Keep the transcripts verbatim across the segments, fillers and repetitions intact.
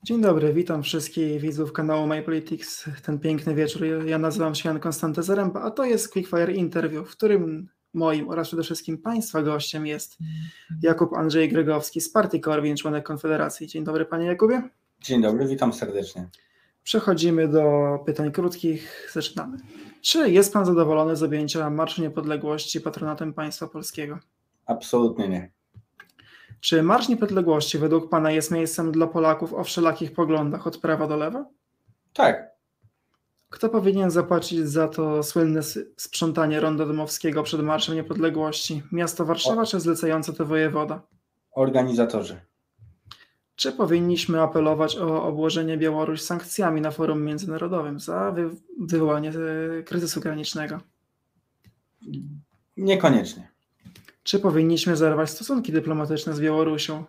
Dzień dobry, witam wszystkich widzów kanału MyPolitics. Ten piękny wieczór. Ja nazywam się Jan Konstanty Zaręba, a to jest Quickfire Interview, w którym moim oraz przede wszystkim Państwa gościem jest Jakub Andrzej Gregowski z partii Korwin, członek Konfederacji. Dzień dobry, panie Jakubie. Dzień dobry, witam serdecznie. Przechodzimy do pytań krótkich. Zaczynamy. Czy jest pan zadowolony z objęcia Marszu Niepodległości patronatem państwa polskiego? Absolutnie nie. Czy Marsz Niepodległości według pana jest miejscem dla Polaków o wszelakich poglądach od prawa do lewa? Tak. Kto powinien zapłacić za to słynne sprzątanie Ronda Dmowskiego przed Marszem Niepodległości? Miasto Warszawa o... czy zlecający to wojewoda? Organizatorzy. Czy powinniśmy apelować o obłożenie Białoruś sankcjami na forum międzynarodowym za wy... wywołanie kryzysu granicznego? Niekoniecznie. Czy powinniśmy zerwać stosunki dyplomatyczne z Białorusią?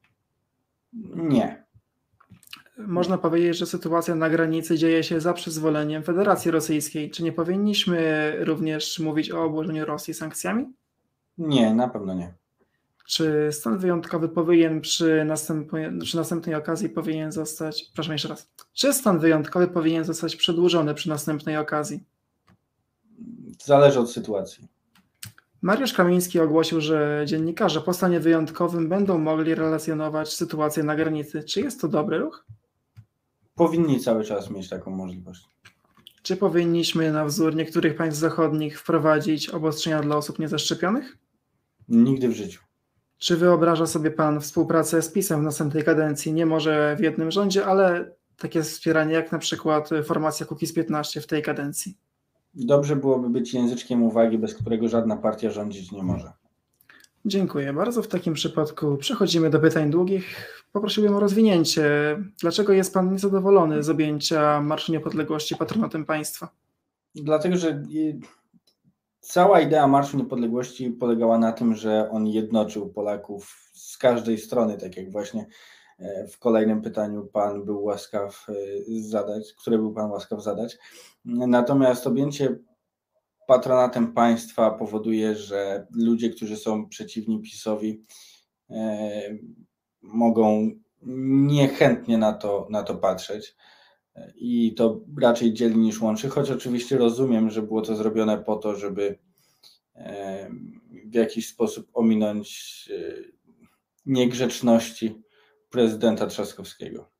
Nie. Można powiedzieć, że sytuacja na granicy dzieje się za przyzwoleniem Federacji Rosyjskiej. Czy nie powinniśmy również mówić o obłożeniu Rosji sankcjami? Nie, na pewno nie. Czy stan wyjątkowy powinien przy, następnej, przy następnej okazji powinien zostać, przepraszam jeszcze raz, czy stan wyjątkowy powinien zostać przedłużony przy następnej okazji? Zależy od sytuacji. Mariusz Kamiński ogłosił, że dziennikarze po stanie wyjątkowym będą mogli relacjonować sytuację na granicy. Czy jest to dobry ruch? Powinni cały czas mieć taką możliwość. Czy powinniśmy na wzór niektórych państw zachodnich wprowadzić obostrzenia dla osób niezaszczepionych? Nigdy w życiu. Czy wyobraża sobie pan współpracę z PiS-em w następnej kadencji? Nie może w jednym rządzie, ale takie wspieranie jak na przykład formacja Kukiz piętnaście w tej kadencji. Dobrze byłoby być języczkiem uwagi, bez którego żadna partia rządzić nie może. Dziękuję bardzo. W takim przypadku przechodzimy do pytań długich. Poprosiłbym o rozwinięcie. Dlaczego jest pan niezadowolony z objęcia Marszu Niepodległości patronatem państwa? Dlatego, że cała idea Marszu Niepodległości polegała na tym, że on jednoczył Polaków z każdej strony, tak jak właśnie w kolejnym pytaniu pan był łaskaw zadać, które był pan łaskaw zadać. Natomiast objęcie patronatem państwa powoduje, że ludzie, którzy są przeciwni PiS-owi, e, mogą niechętnie na to, na to patrzeć i to raczej dzieli niż łączy, choć oczywiście rozumiem, że było to zrobione po to, żeby e, w jakiś sposób ominąć e, niegrzeczności prezydenta Trzaskowskiego.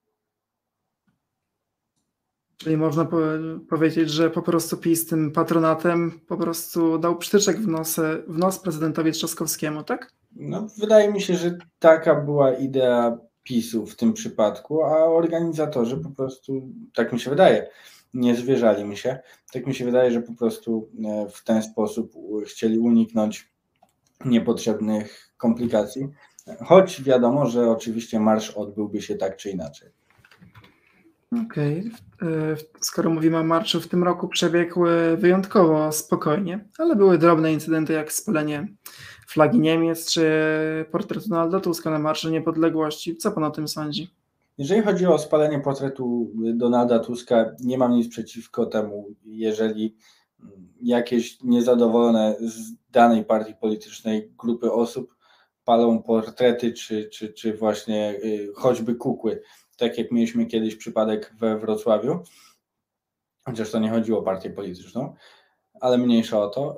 Czyli można po- powiedzieć, że po prostu PiS tym patronatem po prostu dał przytyczek w nos, w nos prezydentowi Trzaskowskiemu, tak? No, wydaje mi się, że taka była idea PiS-u w tym przypadku, a organizatorzy po prostu, tak mi się wydaje, nie zwierzali mi się. Tak mi się wydaje, że po prostu w ten sposób chcieli uniknąć niepotrzebnych komplikacji, choć wiadomo, że oczywiście marsz odbyłby się tak czy inaczej. Okej, okay. Skoro mówimy o marszu, w tym roku przebiegł wyjątkowo spokojnie, ale były drobne incydenty jak spalenie flagi Niemiec czy portretu Donalda Tuska na Marszu Niepodległości. Co pan o tym sądzi? Jeżeli chodzi o spalenie portretu Donalda Tuska, nie mam nic przeciwko temu, jeżeli jakieś niezadowolone z danej partii politycznej grupy osób palą portrety czy, czy, czy właśnie choćby kukły, tak jak mieliśmy kiedyś przypadek we Wrocławiu, chociaż to nie chodziło o partię polityczną, ale mniejsza o to.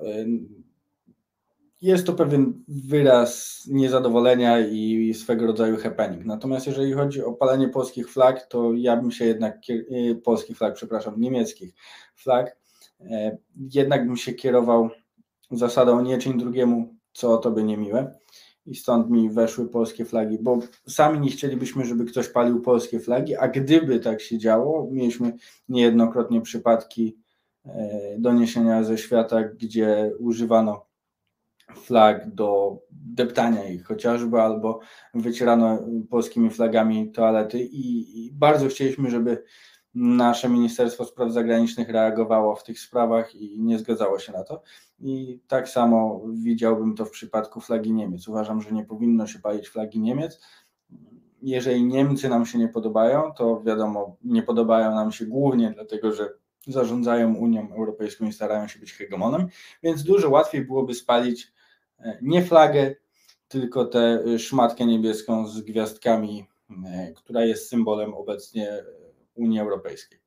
Jest to pewien wyraz niezadowolenia i swego rodzaju happening. Natomiast jeżeli chodzi o palenie polskich flag, to ja bym się jednak, polskich flag, przepraszam, niemieckich flag, jednak bym się kierował zasadą nie czyń drugiemu, co o tobie niemiłe. I stąd mi weszły polskie flagi, bo sami nie chcielibyśmy, żeby ktoś palił polskie flagi, a gdyby tak się działo, mieliśmy niejednokrotnie przypadki doniesienia ze świata, gdzie używano flag do deptania ich chociażby, albo wycierano polskimi flagami toalety i, i bardzo chcieliśmy, żeby nasze Ministerstwo Spraw Zagranicznych reagowało w tych sprawach i nie zgadzało się na to. I tak samo widziałbym to w przypadku flagi Niemiec. Uważam, że nie powinno się palić flagi Niemiec. Jeżeli Niemcy nam się nie podobają, to wiadomo, nie podobają nam się głównie dlatego, że zarządzają Unią Europejską i starają się być hegemonem, więc dużo łatwiej byłoby spalić nie flagę, tylko tę szmatkę niebieską z gwiazdkami która jest symbolem obecnie Unii Europejskiej.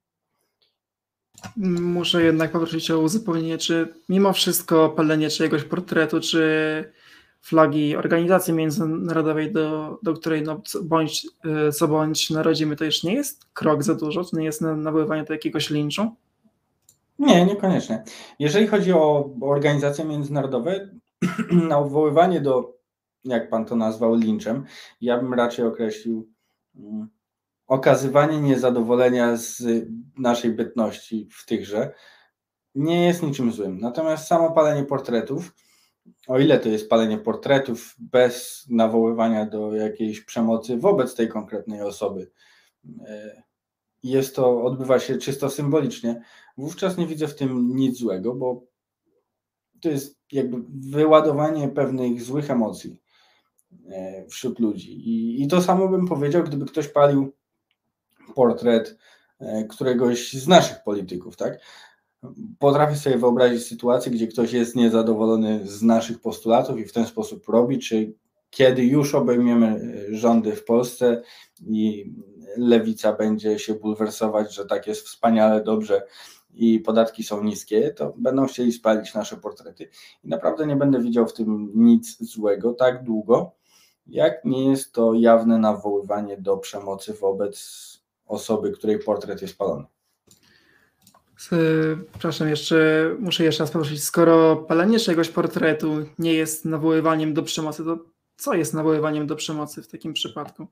Muszę jednak poprosić o uzupełnienie, czy mimo wszystko palenie czyjegoś portretu, czy flagi organizacji międzynarodowej, do, do której no, bądź co bądź narodzimy, to już nie jest krok za dużo, to nie jest nawoływanie do jakiegoś linczu? Nie, niekoniecznie. Jeżeli chodzi o organizacje międzynarodowe, nawoływanie do, jak pan to nazwał, linczem, ja bym raczej określił um, okazywanie niezadowolenia z naszej bytności w tychże, nie jest niczym złym. Natomiast samo palenie portretów, o ile to jest palenie portretów bez nawoływania do jakiejś przemocy wobec tej konkretnej osoby, jest to, odbywa się czysto symbolicznie, wówczas nie widzę w tym nic złego, bo to jest jakby wyładowanie pewnych złych emocji wśród ludzi. I, i to samo bym powiedział, gdyby ktoś palił portret któregoś z naszych polityków, tak? Potrafię sobie wyobrazić sytuację, gdzie ktoś jest niezadowolony z naszych postulatów i w ten sposób robi, czy kiedy już obejmiemy rządy w Polsce i lewica będzie się bulwersować, że tak jest wspaniale, dobrze i podatki są niskie, to będą chcieli spalić nasze portrety. I naprawdę nie będę widział w tym nic złego tak długo, jak nie jest to jawne nawoływanie do przemocy wobec osoby, której portret jest palony. Przepraszam, jeszcze muszę jeszcze raz poprosić, skoro palenie czegoś portretu nie jest nawoływaniem do przemocy, to co jest nawoływaniem do przemocy w takim przypadku?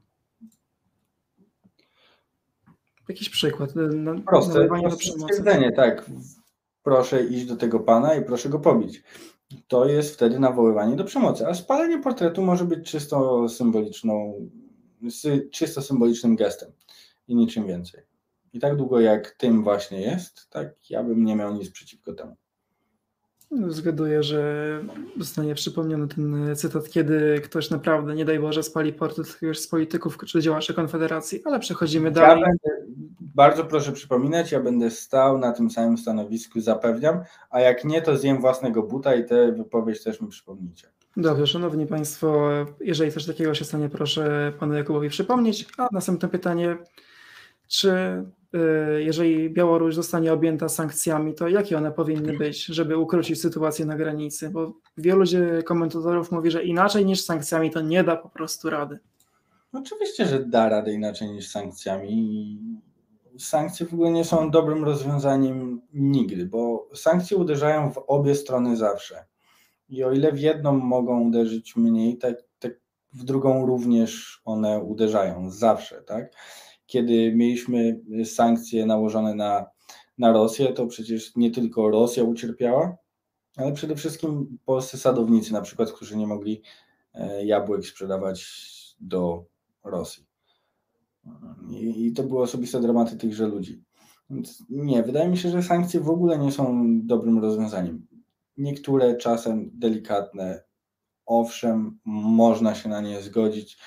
Jakiś przykład. Proste, nawoływanie proste do przemocy. stwierdzenie, tak. Proszę iść do tego pana i proszę go pobić. To jest wtedy nawoływanie do przemocy, a spalenie portretu może być czysto symboliczną, czysto symbolicznym gestem i niczym więcej. I tak długo jak tym właśnie jest, tak ja bym nie miał nic przeciwko temu. Zgaduję, że zostanie przypomniany ten cytat, kiedy ktoś naprawdę, nie daj Boże, spali portret któregoś z polityków czy działaczy Konfederacji, ale przechodzimy dalej. Ja będę, bardzo proszę przypominać, ja będę stał na tym samym stanowisku, zapewniam, a jak nie, to zjem własnego buta i tę wypowiedź też mi przypomnijcie. Dobrze, szanowni państwo, jeżeli coś takiego się stanie, proszę panu Jakubowi przypomnieć. A następne pytanie, czy jeżeli Białoruś zostanie objęta sankcjami, to jakie one powinny być, żeby ukrócić sytuację na granicy? Bo wielu komentatorów mówi, że inaczej niż sankcjami to nie da po prostu rady. Oczywiście, że da radę inaczej niż sankcjami. Sankcje w ogóle nie są dobrym rozwiązaniem nigdy, bo sankcje uderzają w obie strony zawsze. I o ile w jedną mogą uderzyć mniej, tak, tak w drugą również one uderzają zawsze, tak? Kiedy mieliśmy sankcje nałożone na, na Rosję, to przecież nie tylko Rosja ucierpiała, ale przede wszystkim polscy sadownicy, na przykład, którzy nie mogli jabłek sprzedawać do Rosji. I, i to były osobiste dramaty tychże ludzi. Więc nie, wydaje mi się, że sankcje w ogóle nie są dobrym rozwiązaniem. Niektóre czasem delikatne, owszem, można się na nie zgodzić,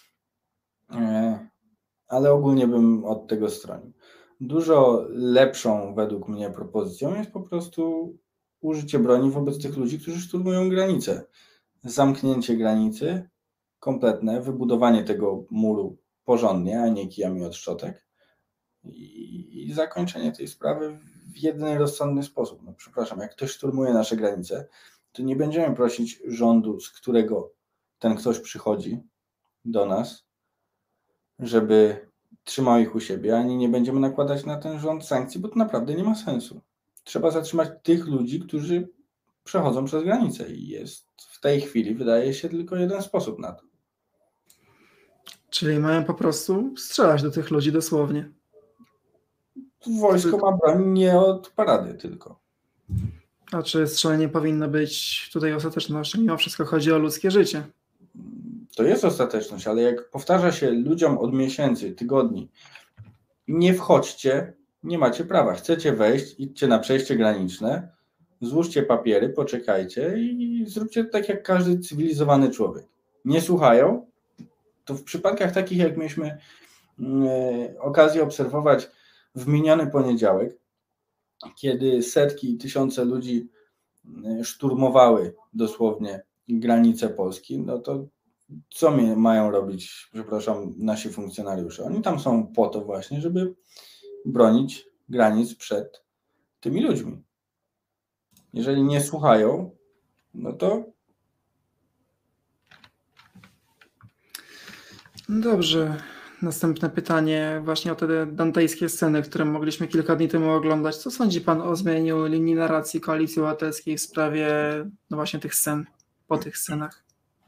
ale ogólnie bym od tego stronił. Dużo lepszą według mnie propozycją jest po prostu użycie broni wobec tych ludzi, którzy szturmują granicę. Zamknięcie granicy kompletne, wybudowanie tego muru porządnie, a nie kijami od szczotek i, i zakończenie tej sprawy w jedyny rozsądny sposób. No, przepraszam, jak ktoś szturmuje nasze granice, to nie będziemy prosić rządu, z którego ten ktoś przychodzi do nas, żeby trzymał ich u siebie, ani nie będziemy nakładać na ten rząd sankcji, bo to naprawdę nie ma sensu. Trzeba zatrzymać tych ludzi, którzy przechodzą przez granicę i jest w tej chwili, wydaje się, tylko jeden sposób na to. Czyli mają po prostu strzelać do tych ludzi dosłownie. Wojsko ma broń nie od parady tylko. A czy strzelanie powinno być tutaj ostatecznością? Mimo wszystko chodzi o ludzkie życie. To jest ostateczność, ale jak powtarza się ludziom od miesięcy, tygodni, nie wchodźcie, nie macie prawa. Chcecie wejść, idźcie na przejście graniczne, złóżcie papiery, poczekajcie i zróbcie tak jak każdy cywilizowany człowiek. Nie słuchają, to w przypadkach takich, jak mieliśmy okazję obserwować w miniony poniedziałek, kiedy setki i tysiące ludzi szturmowały dosłownie granice Polski, no to co mi mają robić, przepraszam, nasi funkcjonariusze? Oni tam są po to właśnie, żeby bronić granic przed tymi ludźmi. Jeżeli nie słuchają, no to... Dobrze. Następne pytanie właśnie o te dantejskie sceny, które mogliśmy kilka dni temu oglądać. Co sądzi pan o zmieniu linii narracji Koalicji Obywatelskiej w sprawie no właśnie tych scen, po tych scenach?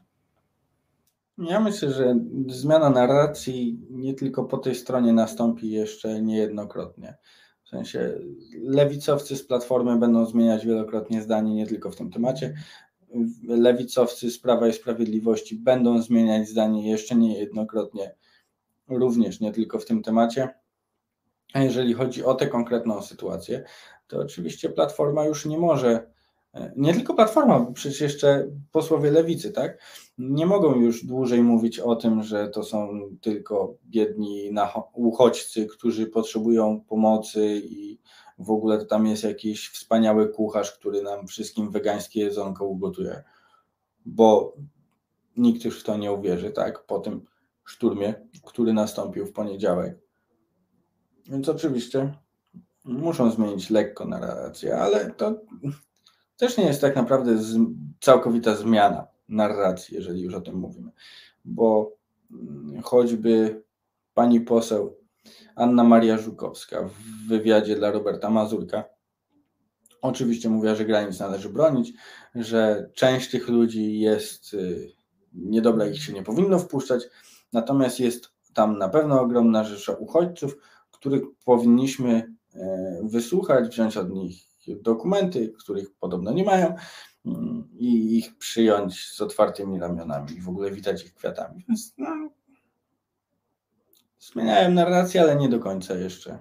Ja myślę, że zmiana narracji nie tylko po tej stronie nastąpi jeszcze niejednokrotnie. W sensie lewicowcy z Platformy będą zmieniać wielokrotnie zdanie, nie tylko w tym temacie. Lewicowcy z Prawa i Sprawiedliwości będą zmieniać zdanie jeszcze niejednokrotnie, również nie tylko w tym temacie. A jeżeli chodzi o tę konkretną sytuację, to oczywiście Platforma już nie może, nie tylko Platforma, bo przecież jeszcze posłowie lewicy, tak? Nie mogą już dłużej mówić o tym, że to są tylko biedni uchodźcy, którzy potrzebują pomocy i w ogóle to tam jest jakiś wspaniały kucharz, który nam wszystkim wegańskie jedzonko ugotuje, bo nikt już w to nie uwierzy, tak? Po tym szturmie, który nastąpił w poniedziałek. Więc oczywiście muszą zmienić lekko narrację, ale to też nie jest tak naprawdę z, całkowita zmiana narracji, jeżeli już o tym mówimy, bo choćby pani poseł Anna Maria Żukowska w wywiadzie dla Roberta Mazurka oczywiście mówiła, że granic należy bronić, że część tych ludzi jest niedobra, ich się nie powinno wpuszczać, natomiast jest tam na pewno ogromna rzesza uchodźców, których powinniśmy wysłuchać, wziąć od nich dokumenty, których podobno nie mają i ich przyjąć z otwartymi ramionami i w ogóle witać ich kwiatami. Więc no, zmieniałem narrację, ale nie do końca jeszcze.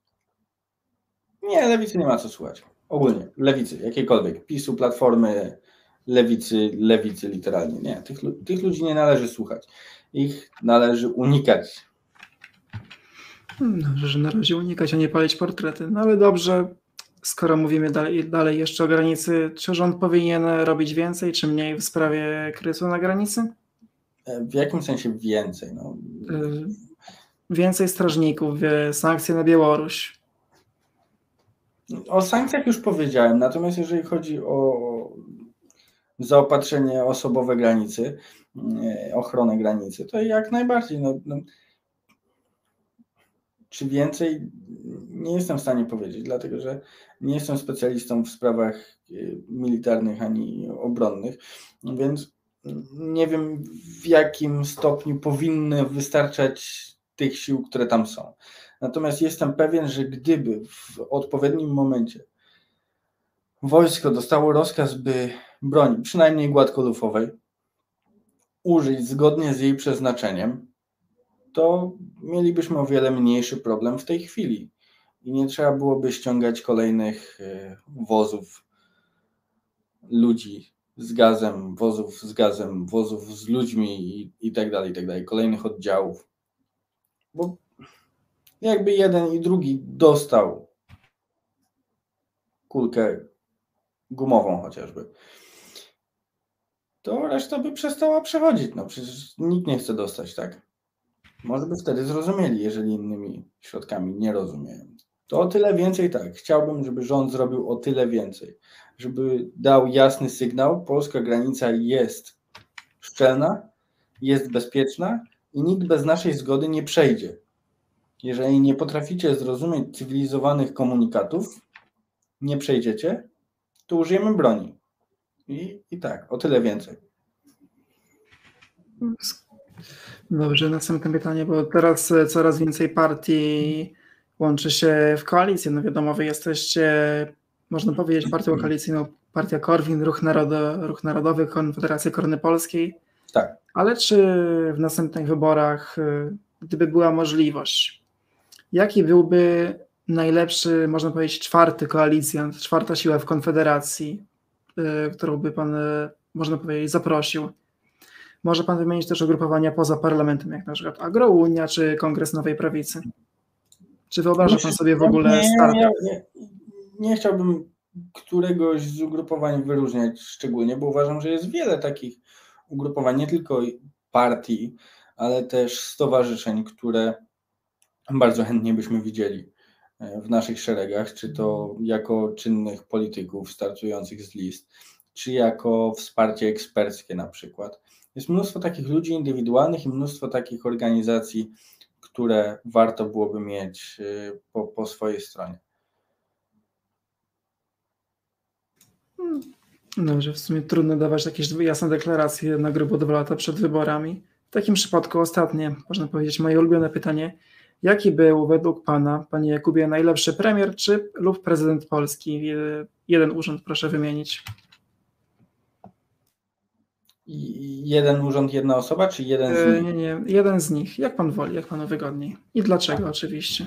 Nie, lewicy nie ma co słuchać. Ogólnie, lewicy, jakiejkolwiek, PiSu, Platformy, lewicy, lewicy literalnie. Nie, tych, tych ludzi nie należy słuchać. Ich należy unikać. Dobrze, że na razie unikać, a nie palić portrety. No ale dobrze, skoro mówimy dalej, dalej jeszcze o granicy, czy rząd powinien robić więcej, czy mniej w sprawie kryzysu na granicy? W jakim sensie więcej? No. Więcej strażników, sankcje na Białoruś. O sankcjach już powiedziałem, natomiast jeżeli chodzi o zaopatrzenie osobowe granicy, ochronę granicy, to jak najbardziej. No, no, czy więcej? Nie jestem w stanie powiedzieć, dlatego że nie jestem specjalistą w sprawach militarnych ani obronnych, więc nie wiem, w jakim stopniu powinny wystarczać tych sił, które tam są. Natomiast jestem pewien, że gdyby w odpowiednim momencie wojsko dostało rozkaz, by broni, przynajmniej gładkolufowej, użyć zgodnie z jej przeznaczeniem, to mielibyśmy o wiele mniejszy problem w tej chwili i nie trzeba byłoby ściągać kolejnych wozów ludzi z gazem, wozów z gazem, wozów z ludźmi i, i tak dalej, i tak dalej, kolejnych oddziałów. Bo jakby jeden i drugi dostał kulkę gumową chociażby, to reszta by przestała przechodzić. No przecież nikt nie chce dostać, tak? Może by wtedy zrozumieli, jeżeli innymi środkami nie rozumieją. To o tyle więcej tak. Chciałbym, żeby rząd zrobił o tyle więcej, żeby dał jasny sygnał, polska granica jest szczelna, jest bezpieczna i nikt bez naszej zgody nie przejdzie. Jeżeli nie potraficie zrozumieć cywilizowanych komunikatów, nie przejdziecie, to użyjemy broni. I, i tak, o tyle więcej. Dobrze, następne pytanie, bo teraz coraz więcej partii łączy się w koalicję. No wiadomo, wy jesteście, można powiedzieć, partią koalicyjną, partia Korwin, Ruch, Narodo, Ruch Narodowy, Konfederacja Korony Polskiej. Tak. Ale czy w następnych wyborach, gdyby była możliwość, jaki byłby najlepszy, można powiedzieć, czwarty koalicjant, czwarta siła w Konfederacji, którą by pan, można powiedzieć, zaprosił? Może pan wymienić też ugrupowania poza parlamentem, jak na przykład Agrounia czy Kongres Nowej Prawicy? Czy wyobraża pan sobie w ogóle start? Nie, nie, nie chciałbym któregoś z ugrupowań wyróżniać szczególnie, bo uważam, że jest wiele takich ugrupowań, nie tylko partii, ale też stowarzyszeń, które bardzo chętnie byśmy widzieli w naszych szeregach, czy to jako czynnych polityków startujących z list, czy jako wsparcie eksperckie na przykład. Jest mnóstwo takich ludzi indywidualnych i mnóstwo takich organizacji, które warto byłoby mieć po, po swojej stronie. Dobrze, w sumie trudno dawać jakieś jasne deklaracje na grubo dwa lata przed wyborami. W takim przypadku ostatnie, można powiedzieć, moje ulubione pytanie. Jaki był według Pana, Panie Jakubie, najlepszy premier czy lub prezydent Polski? Jeden urząd proszę wymienić. I jeden urząd, jedna osoba, czy jeden z nich? Nie, nie, jeden z nich. Jak Pan woli, jak Panu wygodniej. I dlaczego oczywiście?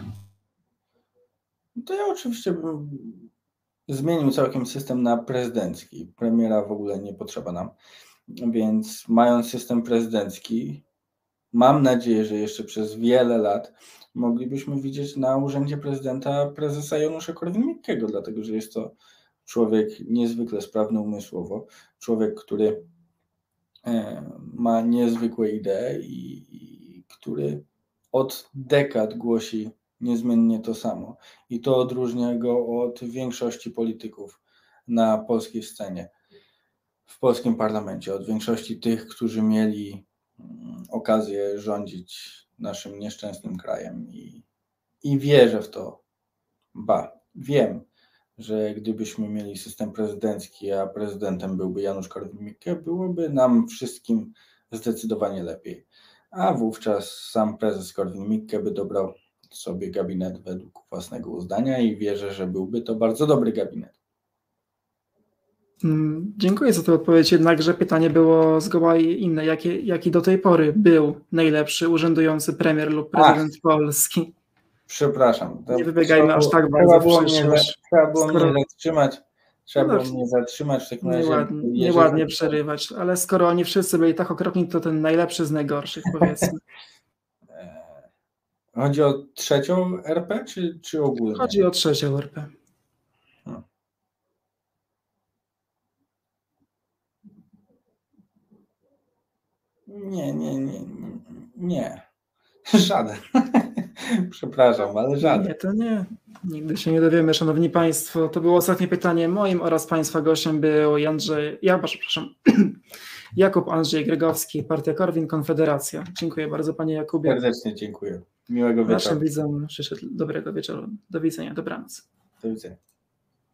To ja oczywiście bym zmienił całkiem system na prezydencki. Premiera w ogóle nie potrzeba nam. Więc mając system prezydencki, mam nadzieję, że jeszcze przez wiele lat moglibyśmy widzieć na urzędzie prezydenta prezesa Janusza Korwin-Mikkego, dlatego że jest to człowiek niezwykle sprawny umysłowo, człowiek, który ma niezwykłe idee i, i który od dekad głosi niezmiennie to samo. I to odróżnia go od większości polityków na polskiej scenie, w polskim parlamencie, od większości tych, którzy mieli okazję rządzić naszym nieszczęsnym krajem. I, i wierzę w to, ba, wiem, że gdybyśmy mieli system prezydencki, a prezydentem byłby Janusz Korwin-Mikke, byłoby nam wszystkim zdecydowanie lepiej. A wówczas sam prezes Korwin-Mikke by dobrał sobie gabinet według własnego uznania i wierzę, że byłby to bardzo dobry gabinet. Dziękuję za tę odpowiedź, jednakże pytanie było zgoła inne. Jaki, jaki do tej pory był najlepszy urzędujący premier lub prezydent Ach. Polski? Przepraszam. Nie wybiegajmy trzeba, aż tak trzeba bardzo było w mnie, Trzeba było skoro... mnie zatrzymać. Trzeba no, było mnie zatrzymać w takim razie. Nieładnie, jeżeli... nieładnie przerywać, ale skoro oni wszyscy byli tak okropni, to ten najlepszy z najgorszych, powiedzmy. Chodzi o trzecią R P, czy, czy ogólnie? Chodzi o trzecią R P. Hmm. Nie, nie, nie, nie, nie. Żaden. Przepraszam, ale żaden. Nie, to nie. Nigdy się nie dowiemy, szanowni państwo. To było ostatnie pytanie. Moim oraz państwa gościem był Jędrzej, ja przepraszam, Jakub Andrzej Grygowski, Partia Korwin, Konfederacja. Dziękuję bardzo, panie Jakubie. Serdecznie dziękuję. Miłego wieczoru. Naszym widzom życzę dobrego wieczoru. Do widzenia, dobranoc. Do widzenia.